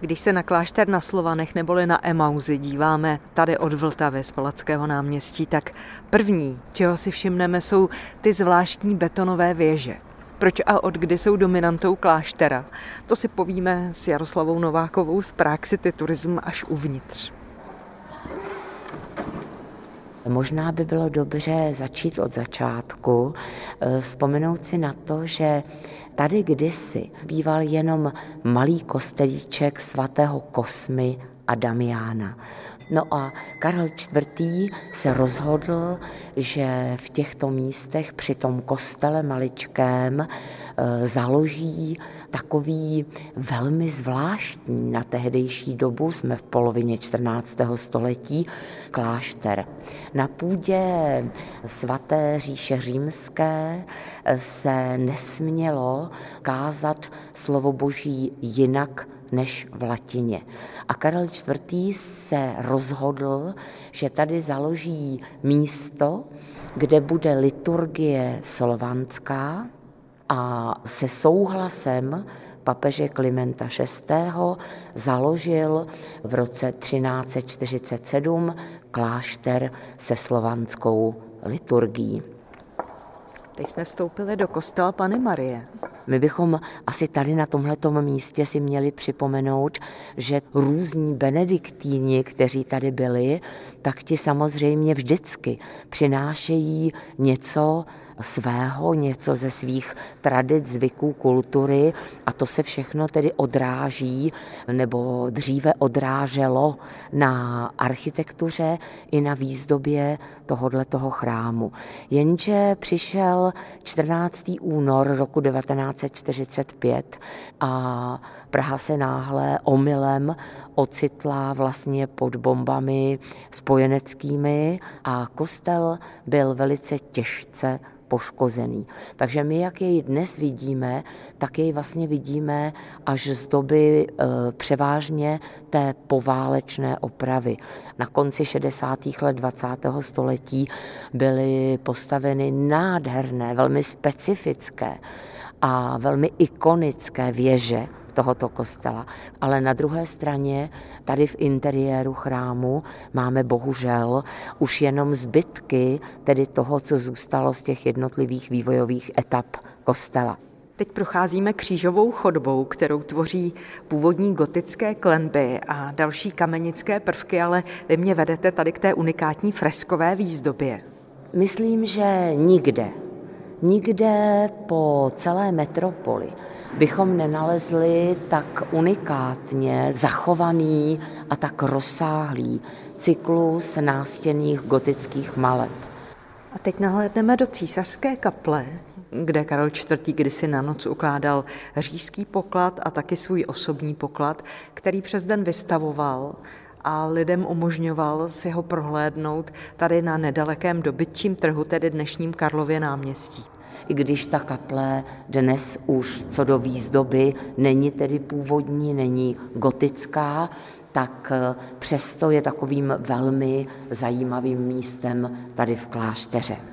Když se na klášter na Slovanech neboli na Emauzy díváme tady od Vltavy z Palackého náměstí, tak první, čeho si všimneme, jsou ty zvláštní betonové věže. Proč a od kdy jsou dominantou kláštera? To si povíme s Jaroslavou Novákovou z Prague City Tourism až uvnitř. Možná by bylo dobře začít od začátku, vzpomenout si na to, že tady kdysi býval jenom malý kostelíček svatého Kosmy a Damiána. No a Karel IV. Se rozhodl, že v těchto místech při tom kostele maličkém založí takový velmi zvláštní na tehdejší dobu, jsme v polovině 14. století, klášter. Na půdě svaté říše římské se nesmělo kázat slovo Boží jinak než v latině. A Karel IV. Se rozhodl, že tady založí místo, kde bude liturgie slovanská a se souhlasem papeže Klimenta VI. Založil v roce 1347 klášter se slovanskou liturgií. Teď jsme vstoupili do kostela Panny Marie. My bychom asi tady na tomhletom místě si měli připomenout, že různí benediktíni, kteří tady byli, tak ti samozřejmě vždycky přinášejí něco svého, něco ze svých tradic, zvyků, kultury a to se všechno tedy odráží nebo dříve odráželo na architektuře i na výzdobě tohoto chrámu. Jenže přišel 14. únor roku 1945 a Praha se náhle omylem ocitla vlastně pod bombami spojeneckými a kostel byl velice těžce poškozený. Takže my, jak jej dnes vidíme, tak jej vlastně vidíme až z doby převážně té poválečné opravy. Na konci 60. let 20. století byly postaveny nádherné, velmi specifické a velmi ikonické věže tohoto kostela. Ale na druhé straně, tady v interiéru chrámu, máme bohužel už jenom zbytky tedy toho, co zůstalo z těch jednotlivých vývojových etap kostela. Teď procházíme křížovou chodbou, kterou tvoří původní gotické klenby a další kamenické prvky, ale vy mě vedete tady k té unikátní freskové výzdobě. Myslím, že nikde po celé metropoli bychom nenalezli tak unikátně zachovaný a tak rozsáhlý cyklus nástěnných gotických maleb. A teď nahlédneme do císařské kaple, kde Karel IV. Kdysi na noc ukládal říšský poklad a taky svůj osobní poklad, který přes den vystavoval a lidem umožňoval si ho prohlédnout tady na nedalekém dobytčím trhu, tedy dnešním Karlově náměstí. I když ta kaple dnes už co do výzdoby není tedy původní, není gotická, tak přesto je takovým velmi zajímavým místem tady v klášteře.